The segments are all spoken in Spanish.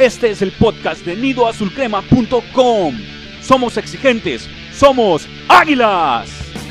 Este es el podcast de nidoazulcrema.com. Somos exigentes, somos águilas.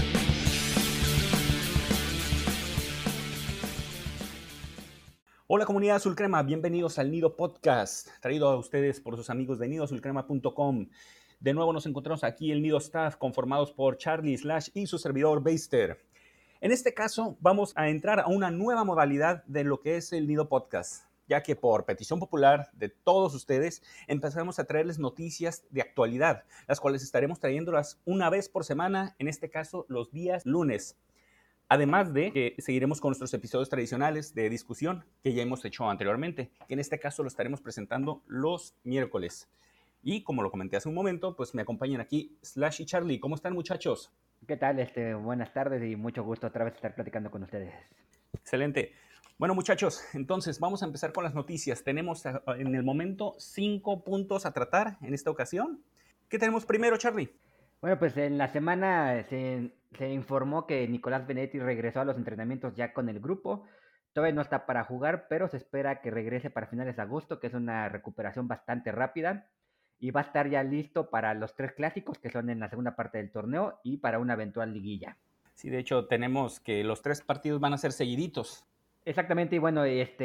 Hola comunidad Azul Crema, bienvenidos al Nido Podcast, traído a ustedes por sus amigos de nidoazulcrema.com. De nuevo nos encontramos aquí el Nido Staff, conformados por Charlie, Slash y su servidor Beister. En este caso vamos a entrar a una nueva modalidad de lo que es el Nido Podcast, ya que por petición popular de todos ustedes empezamos a traerles noticias de actualidad, las cuales estaremos trayéndolas una vez por semana, en este caso los días lunes. Además de que seguiremos con nuestros episodios tradicionales de discusión que ya hemos hecho anteriormente, que en este caso lo estaremos presentando los miércoles. Y como lo comenté hace un momento, pues me acompañan aquí Slash y Charlie. ¿Cómo están, muchachos? ¿Qué tal? Buenas tardes y mucho gusto otra vez estar platicando con ustedes. Excelente. Bueno, muchachos, entonces vamos a empezar con las noticias. Tenemos en el momento 5 puntos a tratar en esta ocasión. ¿Qué tenemos primero, Charlie? Bueno, pues en la semana se informó que Nicolás Benedetti regresó a los entrenamientos ya con el grupo. Todavía no está para jugar, pero se espera que regrese para finales de agosto, que es una recuperación bastante rápida. Y va a estar ya listo para los 3 clásicos, que son en la segunda parte del torneo, y para una eventual liguilla. Sí, de hecho tenemos que los 3 partidos van a ser seguiditos. Exactamente, y bueno,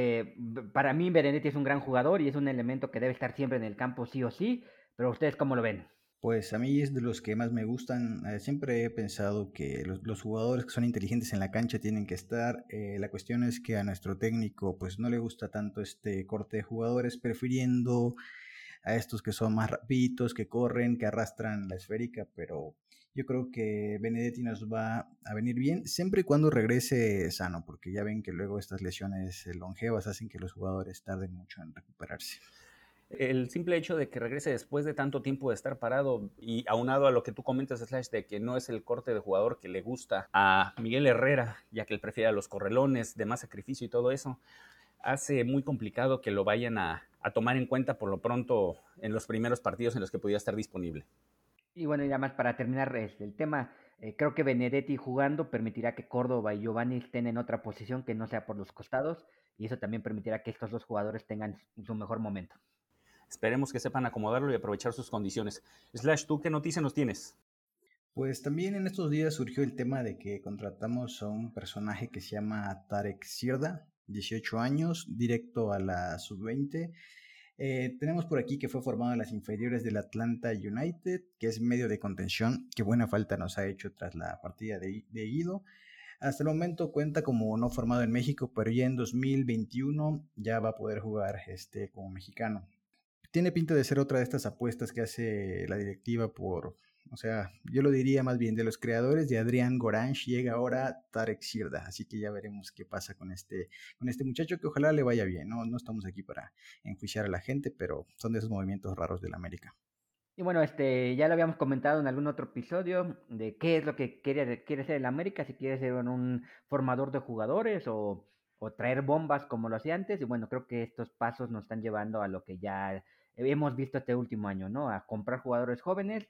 para mí Benedetti es un gran jugador y es un elemento que debe estar siempre en el campo sí o sí, pero ¿ustedes cómo lo ven? Pues a mí es de los que más me gustan. Siempre he pensado que los jugadores que son inteligentes en la cancha tienen que estar. La cuestión es que a nuestro técnico pues no le gusta tanto este corte de jugadores, prefiriendo a estos que son más rapiditos, que corren, que arrastran la esférica, pero yo creo que Benedetti nos va a venir bien siempre y cuando regrese sano, porque ya ven que luego estas lesiones longevas hacen que los jugadores tarden mucho en recuperarse. El simple hecho de que regrese después de tanto tiempo de estar parado y aunado a lo que tú comentas, Slash, de que no es el corte de jugador que le gusta a Miguel Herrera, ya que él prefiere a los correlones de más sacrificio y todo eso, hace muy complicado que lo vayan a tomar en cuenta por lo pronto en los primeros partidos en los que podía estar disponible. Y bueno, y además para terminar el tema, creo que Benedetti jugando permitirá que Córdoba y Giovanni estén en otra posición que no sea por los costados, y eso también permitirá que estos dos jugadores tengan su mejor momento. Esperemos que sepan acomodarlo y aprovechar sus condiciones. Slash, ¿tú qué noticia nos tienes? Pues también en estos días surgió el tema de que contratamos a un personaje que se llama Tarek Sirda, 18 años, directo a la sub-20. Tenemos por aquí que fue formado en las inferiores del Atlanta United, que es medio de contención, que buena falta nos ha hecho tras la partida de Guido. Hasta el momento cuenta como no formado en México, pero ya en 2021 ya va a poder jugar como mexicano. Tiene pinta de ser otra de estas apuestas que hace la directiva o sea, yo lo diría más bien de los creadores de Adrián Gorange, llega ahora Tarek Sirda, así que ya veremos qué pasa con este muchacho, que ojalá le vaya bien, no estamos aquí para enjuiciar a la gente, pero son de esos movimientos raros de la América. Y bueno, ya lo habíamos comentado en algún otro episodio de qué es lo que quiere ser el América, si quiere ser un formador de jugadores o traer bombas como lo hacía antes. Y bueno, creo que estos pasos nos están llevando a lo que ya hemos visto este último año, ¿no? A comprar jugadores jóvenes,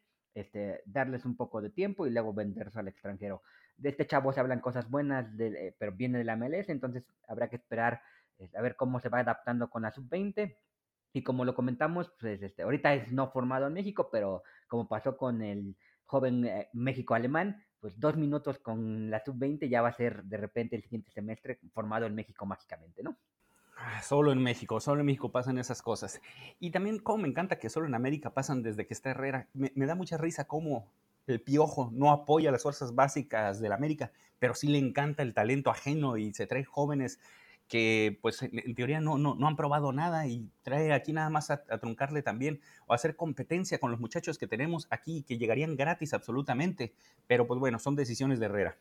darles un poco de tiempo y luego venderse al extranjero. De este chavo se hablan cosas buenas, pero viene de la MLS, entonces habrá que esperar a ver cómo se va adaptando con la sub-20. Y como lo comentamos, pues ahorita es no formado en México, pero como pasó con el joven México-alemán, pues 2 minutos con la sub-20 ya va a ser de repente el siguiente semestre formado en México mágicamente, ¿no? Solo en México pasan esas cosas. Y también como me encanta que solo en América pasan desde que está Herrera. Me da mucha risa cómo el Piojo no apoya las fuerzas básicas del América, pero sí le encanta el talento ajeno y se trae jóvenes que pues en teoría no han probado nada y trae aquí nada más a truncarle también o a hacer competencia con los muchachos que tenemos aquí que llegarían gratis absolutamente. Pero pues bueno, son decisiones de Herrera.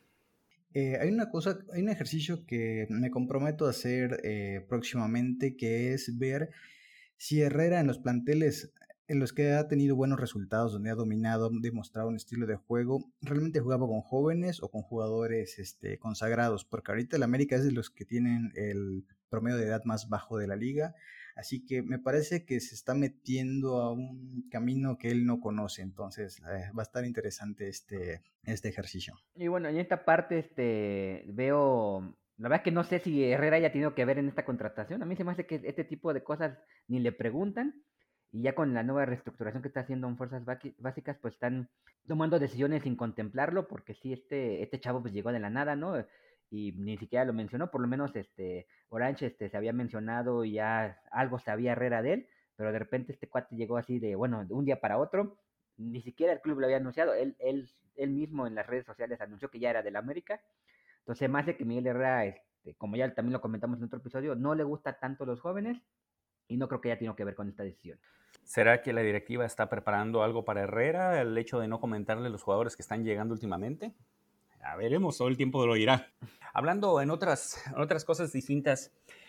Hay un ejercicio que me comprometo a hacer próximamente, que es ver si Herrera en los planteles en los que ha tenido buenos resultados, donde ha dominado, ha demostrado un estilo de juego, realmente jugaba con jóvenes o con jugadores consagrados, porque ahorita el América es de los que tienen el promedio de edad más bajo de la liga, así que me parece que se está metiendo a un camino que él no conoce, entonces va a estar interesante este ejercicio. Y bueno, en esta parte veo La verdad que no sé si Herrera haya tenido que ver en esta contratación. A mí se me hace que este tipo de cosas ni le preguntan. Y ya con la nueva reestructuración que está haciendo en Fuerzas Básicas, pues están tomando decisiones sin contemplarlo, porque sí, este chavo pues llegó de la nada, ¿no? Y ni siquiera lo mencionó, por lo menos Orange se había mencionado y ya algo sabía Herrera de él, pero de repente este cuate llegó así de, bueno, de un día para otro, ni siquiera el club lo había anunciado, él mismo en las redes sociales anunció que ya era del América. Entonces, más de que Miguel Herrera, como ya también lo comentamos en otro episodio, no le gusta tanto los jóvenes y no creo que haya tenido que ver con esta decisión. ¿Será que la directiva está preparando algo para Herrera, el hecho de no comentarle a los jugadores que están llegando últimamente? Ya veremos, todo el tiempo lo dirá. Hablando en otras cosas distintas,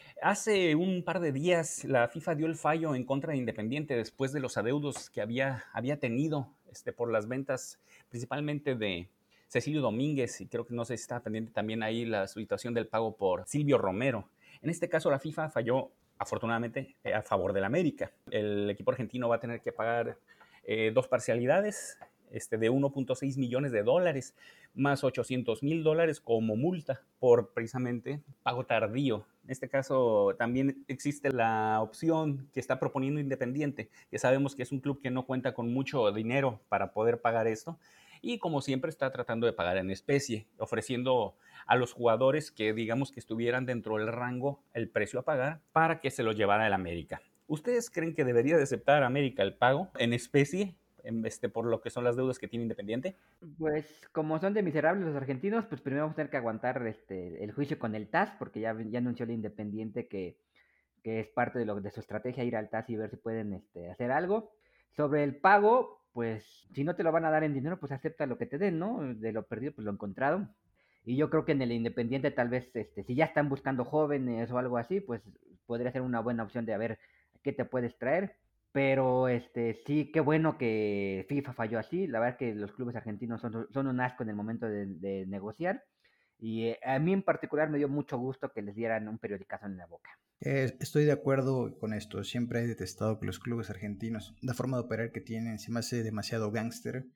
hace un par de días la FIFA dio el fallo en contra de Independiente después de los adeudos que había tenido por las ventas, principalmente de Cecilio Domínguez, y creo que no sé si está pendiente también ahí la situación del pago por Silvio Romero. En este caso la FIFA falló afortunadamente a favor del América. El equipo argentino va a tener que pagar dos parcialidades de 1.6 millones de dólares más $800,000 como multa por precisamente pago tardío. En este caso también existe la opción que está proponiendo Independiente, que sabemos que es un club que no cuenta con mucho dinero para poder pagar esto, y como siempre está tratando de pagar en especie, ofreciendo a los jugadores que digamos que estuvieran dentro del rango el precio a pagar para que se lo llevara el América. ¿Ustedes creen que debería de aceptar América el pago en especie por lo que son las deudas que tiene Independiente? Pues como son de miserables los argentinos, pues primero vamos a tener que aguantar el juicio con el TAS, porque ya anunció el Independiente que es parte de su estrategia ir al TAS y ver si pueden hacer algo. Sobre el pago, pues si no te lo van a dar en dinero, pues acepta lo que te den, ¿no? De lo perdido, pues lo encontrado. Y yo creo que en el Independiente tal vez, si ya están buscando jóvenes o algo así, pues podría ser una buena opción de a ver qué te puedes traer. Pero sí, qué bueno que FIFA falló así. La verdad que los clubes argentinos son un asco en el momento de negociar. Y a mí en particular me dio mucho gusto que les dieran un periodicazo en la boca. Estoy de acuerdo con esto. Siempre he detestado que los clubes argentinos, la forma de operar que tienen, se me hace demasiado gángster.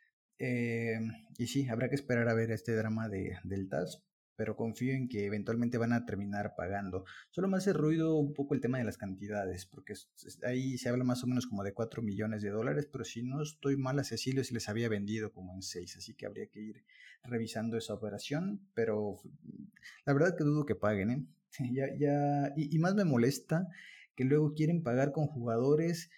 Eh, y sí, habrá que esperar a ver este drama del TAS, pero confío en que eventualmente van a terminar pagando. Solo me hace ruido un poco el tema de las cantidades, porque ahí se habla más o menos como de 4 millones de dólares, pero si no estoy mal, a Cecilio se les había vendido como en 6, así que habría que ir revisando esa operación, pero la verdad que dudo que paguen, ¿eh? Y más me molesta que luego quieren pagar con jugadores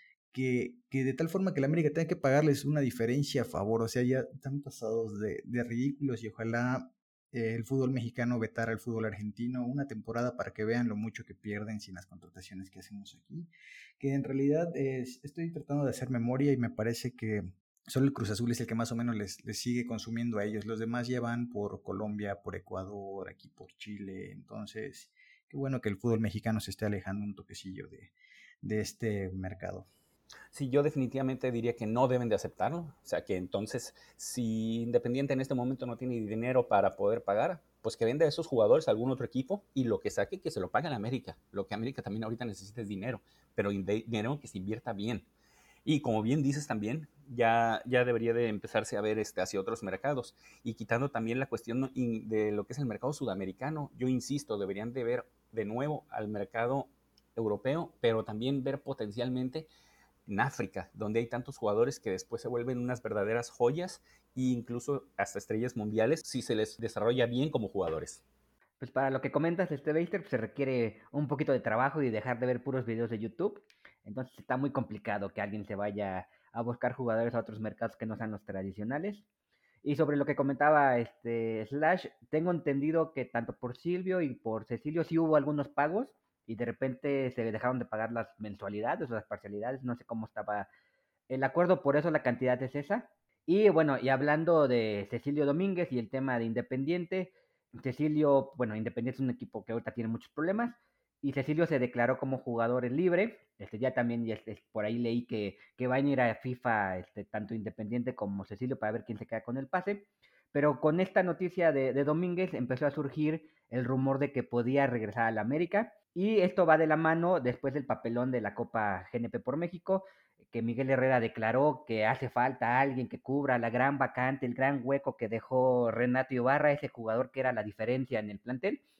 que de tal forma que la América tenga que pagarles una diferencia a favor, o sea, ya están pasados de ridículos y ojalá el fútbol mexicano vetara al fútbol argentino una temporada para que vean lo mucho que pierden sin las contrataciones que hacemos aquí, que en realidad estoy tratando de hacer memoria y me parece que solo el Cruz Azul es el que más o menos les sigue consumiendo a ellos, los demás ya van por Colombia, por Ecuador, aquí por Chile, entonces qué bueno que el fútbol mexicano se esté alejando un toquecillo de este mercado. Sí, yo definitivamente diría que no deben de aceptarlo. O sea, que entonces, si Independiente en este momento no tiene dinero para poder pagar, pues que venda a esos jugadores a algún otro equipo y lo que saque que se lo pague a América. Lo que América también ahorita necesita es dinero, pero dinero que se invierta bien. Y como bien dices también, ya debería de empezarse a ver hacia otros mercados. Y quitando también la cuestión de lo que es el mercado sudamericano, yo insisto, deberían de ver de nuevo al mercado europeo, pero también ver potencialmente en África, donde hay tantos jugadores que después se vuelven unas verdaderas joyas e incluso hasta estrellas mundiales si se les desarrolla bien como jugadores. Pues para lo que comentas, Beister, pues se requiere un poquito de trabajo y dejar de ver puros videos de YouTube. Entonces está muy complicado que alguien se vaya a buscar jugadores a otros mercados que no sean los tradicionales. Y sobre lo que comentaba Slash, tengo entendido que tanto por Silvio y por Cecilio sí hubo algunos pagos y de repente se dejaron de pagar las mensualidades o las parcialidades, no sé cómo estaba el acuerdo, por eso la cantidad es esa. Y bueno, y hablando de Cecilio Domínguez y el tema de Independiente, Cecilio, bueno, Independiente es un equipo que ahorita tiene muchos problemas y Cecilio se declaró como jugador libre. Ya también por ahí leí que va a ir a FIFA tanto Independiente como Cecilio para ver quién se queda con el pase. Pero con esta noticia de Domínguez empezó a surgir el rumor de que podía regresar a la América. Y esto va de la mano después del papelón de la Copa GNP por México, que Miguel Herrera declaró que hace falta alguien que cubra la gran vacante, el gran hueco que dejó Renato Ibarra, ese jugador que era la diferencia en el plantel.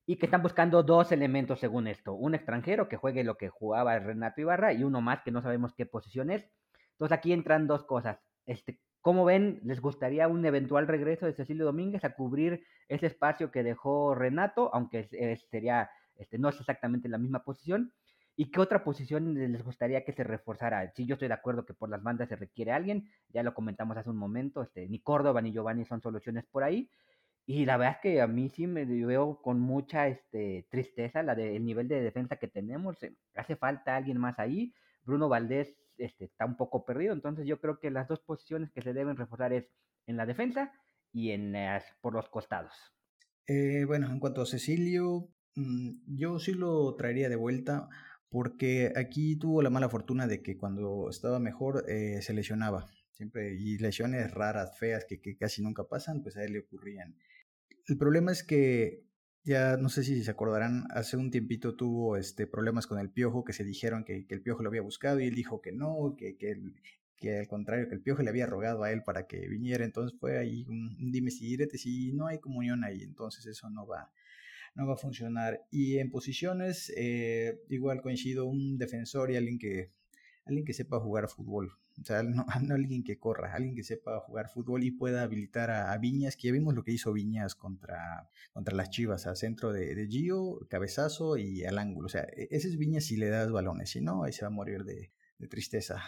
y que están buscando dos elementos según esto, un extranjero que juegue lo que jugaba Renato Ibarra y uno más que no sabemos qué posición es. Entonces aquí entran dos cosas. ¿Cómo ven? ¿Les gustaría un eventual regreso de Cecilio Domínguez a cubrir ese espacio que dejó Renato, aunque sería, no es exactamente la misma posición? ¿Y qué otra posición les gustaría que se reforzara? Sí, yo estoy de acuerdo que por las bandas se requiere alguien, ya lo comentamos hace un momento, ni Córdoba ni Giovanni son soluciones por ahí, y la verdad es que a mí sí me veo con mucha tristeza el nivel de defensa que tenemos. Hace falta alguien más ahí. Bruno Valdés está un poco perdido, entonces yo creo que las dos posiciones que se deben reforzar es en la defensa y por los costados. Bueno, en cuanto a Cecilio, yo sí lo traería de vuelta porque aquí tuvo la mala fortuna de que cuando estaba mejor se lesionaba. Siempre, y lesiones raras, feas, que casi nunca pasan, pues a él le ocurrían. El problema es que, ya no sé si se acordarán, hace un tiempito tuvo problemas con el Piojo, que se dijeron que el Piojo lo había buscado y él dijo que no, que al contrario, que el Piojo le había rogado a él para que viniera. Entonces fue ahí un dimes y diretes y no hay comunión ahí, entonces eso no va a funcionar. Y en posiciones, igual coincido, un defensor y alguien que sepa jugar fútbol. O sea, no alguien que corra, alguien que sepa jugar fútbol y pueda habilitar a Viñas, que ya vimos lo que hizo Viñas contra las Chivas, a centro de Gio, cabezazo y al ángulo. O sea, ese es Viñas si le das balones, si no, ahí se va a morir de tristeza.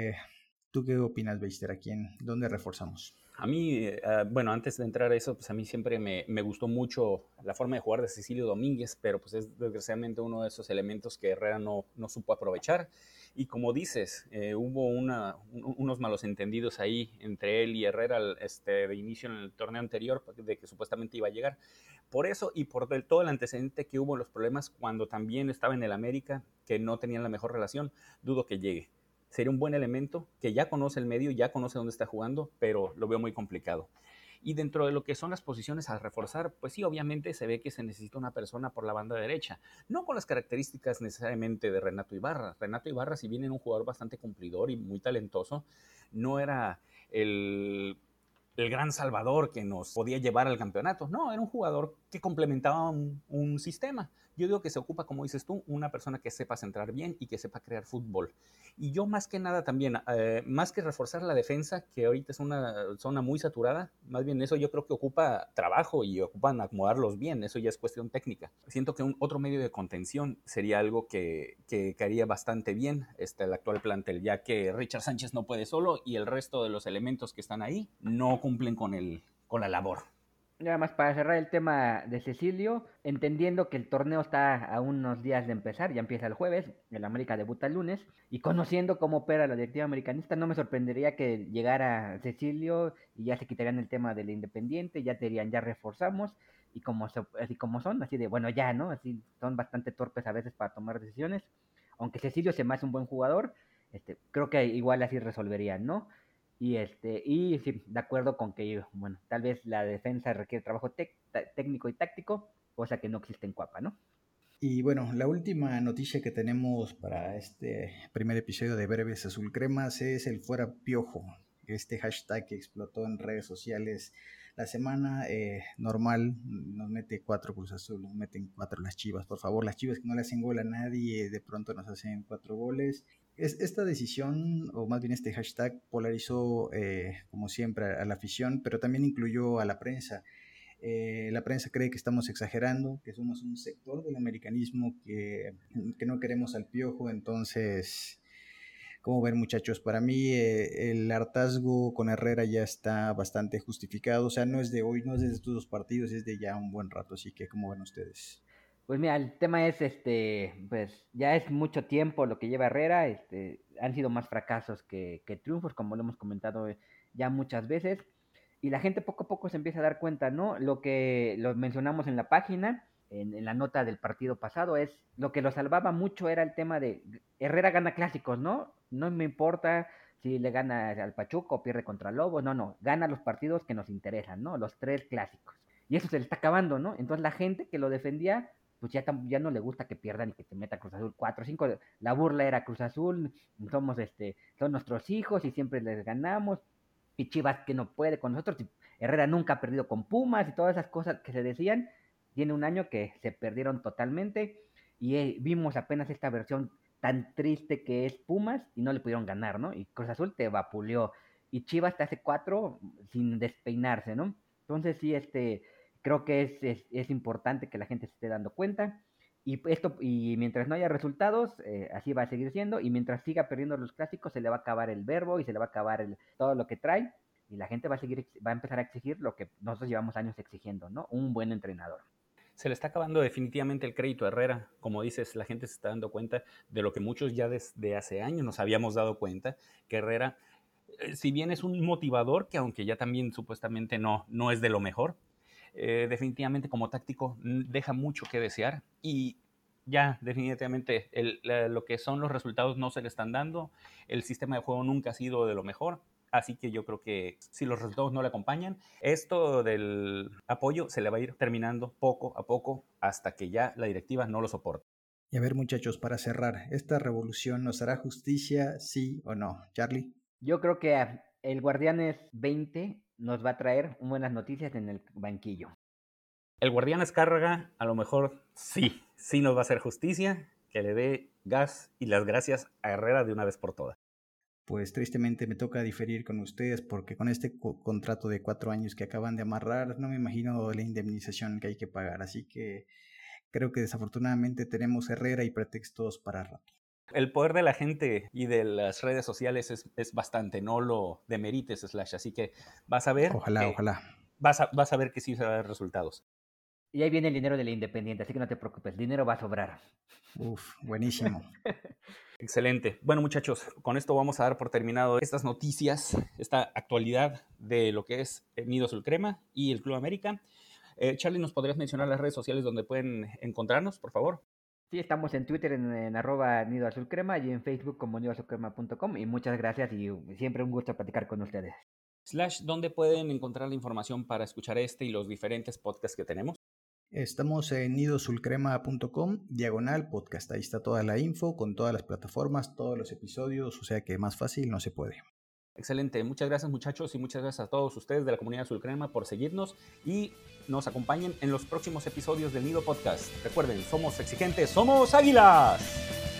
¿Tú qué opinas, Beister? ¿Dónde reforzamos? A mí, bueno, antes de entrar a eso, pues a mí siempre me gustó mucho la forma de jugar de Cecilio Domínguez, pero pues es desgraciadamente uno de esos elementos que Herrera no supo aprovechar. Y como dices, hubo unos malos entendidos ahí entre él y Herrera de inicio en el torneo anterior, de que supuestamente iba a llegar. Por eso y por todo el antecedente que hubo, los problemas cuando también estaba en el América, que no tenían la mejor relación, dudo que llegue. Sería un buen elemento que ya conoce el medio, ya conoce dónde está jugando, pero lo veo muy complicado. Y dentro de lo que son las posiciones a reforzar, pues sí, obviamente se ve que se necesita una persona por la banda derecha, no con las características necesariamente de Renato Ibarra. Renato Ibarra, si bien era un jugador bastante cumplidor y muy talentoso, no era el gran salvador que nos podía llevar al campeonato. No, era un jugador que complementaba un sistema. Yo digo que se ocupa, como dices tú, una persona que sepa centrar bien y que sepa crear fútbol. Y yo más que nada también, más que reforzar la defensa, que ahorita es una zona muy saturada, más bien eso yo creo que ocupa trabajo y ocupan acomodarlos bien, eso ya es cuestión técnica. Siento que otro medio de contención sería algo que haría bastante bien el actual plantel, ya que Richard Sánchez no puede solo y el resto de los elementos que están ahí no cumplen con la labor. Nada más para cerrar el tema de Cecilio, entendiendo que el torneo está a unos días de empezar, ya empieza el jueves, el América debuta el lunes, y conociendo cómo opera la directiva americanista, no me sorprendería que llegara Cecilio y ya se quitarían el tema del Independiente, ya te dirían, ya reforzamos, y así como son, así de, bueno, ya, ¿no? Así son bastante torpes a veces para tomar decisiones, aunque Cecilio se me hace un buen jugador, creo que igual así resolverían, ¿no? Y sí, de acuerdo con que, bueno, tal vez la defensa requiere trabajo técnico y táctico, cosa que no existe en Cuapa, ¿no? Y bueno, la última noticia que tenemos para este primer episodio de Breves Azul Cremas es el fuera piojo. Este hashtag que explotó en redes sociales la semana normal, nos mete 4 Cruz Azul, nos meten 4 las Chivas. Por favor, las Chivas que no le hacen gol a nadie, de pronto nos hacen 4 goles. Esta decisión, o más bien este hashtag, polarizó como siempre a la afición, pero también incluyó a la prensa. La prensa cree que estamos exagerando, que somos un sector del americanismo que no queremos al piojo. Entonces, ¿cómo ven, muchachos? Para mí el hartazgo con Herrera ya está bastante justificado. O sea, no es de hoy, no es de estos dos partidos, es de ya un buen rato. Así que, ¿cómo ven ustedes? Pues mira, el tema es, pues ya es mucho tiempo lo que lleva Herrera, han sido más fracasos que triunfos, como lo hemos comentado ya muchas veces, y la gente poco a poco se empieza a dar cuenta, ¿no? Lo que lo mencionamos en la página, en la nota del partido pasado, es lo que lo salvaba mucho era el tema de Herrera gana clásicos, ¿no? No me importa si le gana al Pachuca o pierde contra Lobos, no, gana los partidos que nos interesan, ¿no? Los 3 clásicos. Y eso se le está acabando, ¿no? Entonces la gente que lo defendía pues ya no le gusta que pierdan y que te meta Cruz Azul 4-5. La burla era Cruz Azul, son nuestros hijos y siempre les ganamos. Y Chivas que no puede con nosotros. Y Herrera nunca ha perdido con Pumas y todas esas cosas que se decían. tiene un año que se perdieron totalmente y vimos apenas esta versión tan triste que es Pumas y no le pudieron ganar, ¿no? Y Cruz Azul te vapuleó y Chivas te hace 4 sin despeinarse, ¿no? Entonces sí, creo que es importante que la gente se esté dando cuenta. Y mientras no haya resultados, así va a seguir siendo. Y mientras siga perdiendo los clásicos, se le va a acabar el verbo y se le va a acabar todo lo que trae. Y la gente va a empezar a exigir lo que nosotros llevamos años exigiendo, ¿no? Un buen entrenador. Se le está acabando definitivamente el crédito a Herrera. Como dices, la gente se está dando cuenta de lo que muchos ya desde hace años nos habíamos dado cuenta, que Herrera, si bien es un motivador, que aunque ya también supuestamente no es de lo mejor, definitivamente como táctico deja mucho que desear y ya definitivamente lo que son los resultados no se le están dando, el sistema de juego nunca ha sido de lo mejor, así que yo creo que si los resultados no le acompañan, esto del apoyo se le va a ir terminando poco a poco hasta que ya la directiva no lo soporte. Y a ver, muchachos, para cerrar, ¿esta revolución nos hará justicia, sí o no? Charlie. Yo creo que el Guardianes 20 nos va a traer buenas noticias en el banquillo. El Guardianes Cárraga a lo mejor sí nos va a hacer justicia, que le dé gas y las gracias a Herrera de una vez por todas. Pues tristemente me toca diferir con ustedes porque con este contrato de 4 años que acaban de amarrar no me imagino la indemnización que hay que pagar, así que creo que desafortunadamente tenemos Herrera y pretextos para rato. El poder de la gente y de las redes sociales es bastante, no lo demerites, Slash, así que vas a ver. Ojalá. Vas a ver que sí se va a dar resultados. Y ahí viene el dinero de la Independiente, así que no te preocupes, el dinero va a sobrar. Uf, buenísimo. Excelente. Bueno, muchachos, con esto vamos a dar por terminado estas noticias, esta actualidad de lo que es Nido Azul Crema y el Club América. Charlie, ¿nos podrías mencionar las redes sociales donde pueden encontrarnos, por favor? Sí, estamos en Twitter en @nidoazulcrema y en Facebook como nidoazulcrema.com y muchas gracias y siempre un gusto platicar con ustedes. Slash, ¿dónde pueden encontrar la información para escuchar este y los diferentes podcasts que tenemos? Estamos en nidosulcrema.com/podcast. Ahí está toda la info con todas las plataformas, todos los episodios, o sea que más fácil no se puede. Excelente, muchas gracias muchachos y muchas gracias a todos ustedes de la comunidad Azul Crema por seguirnos y nos acompañen en los próximos episodios del Nido Podcast. Recuerden, somos exigentes, somos águilas.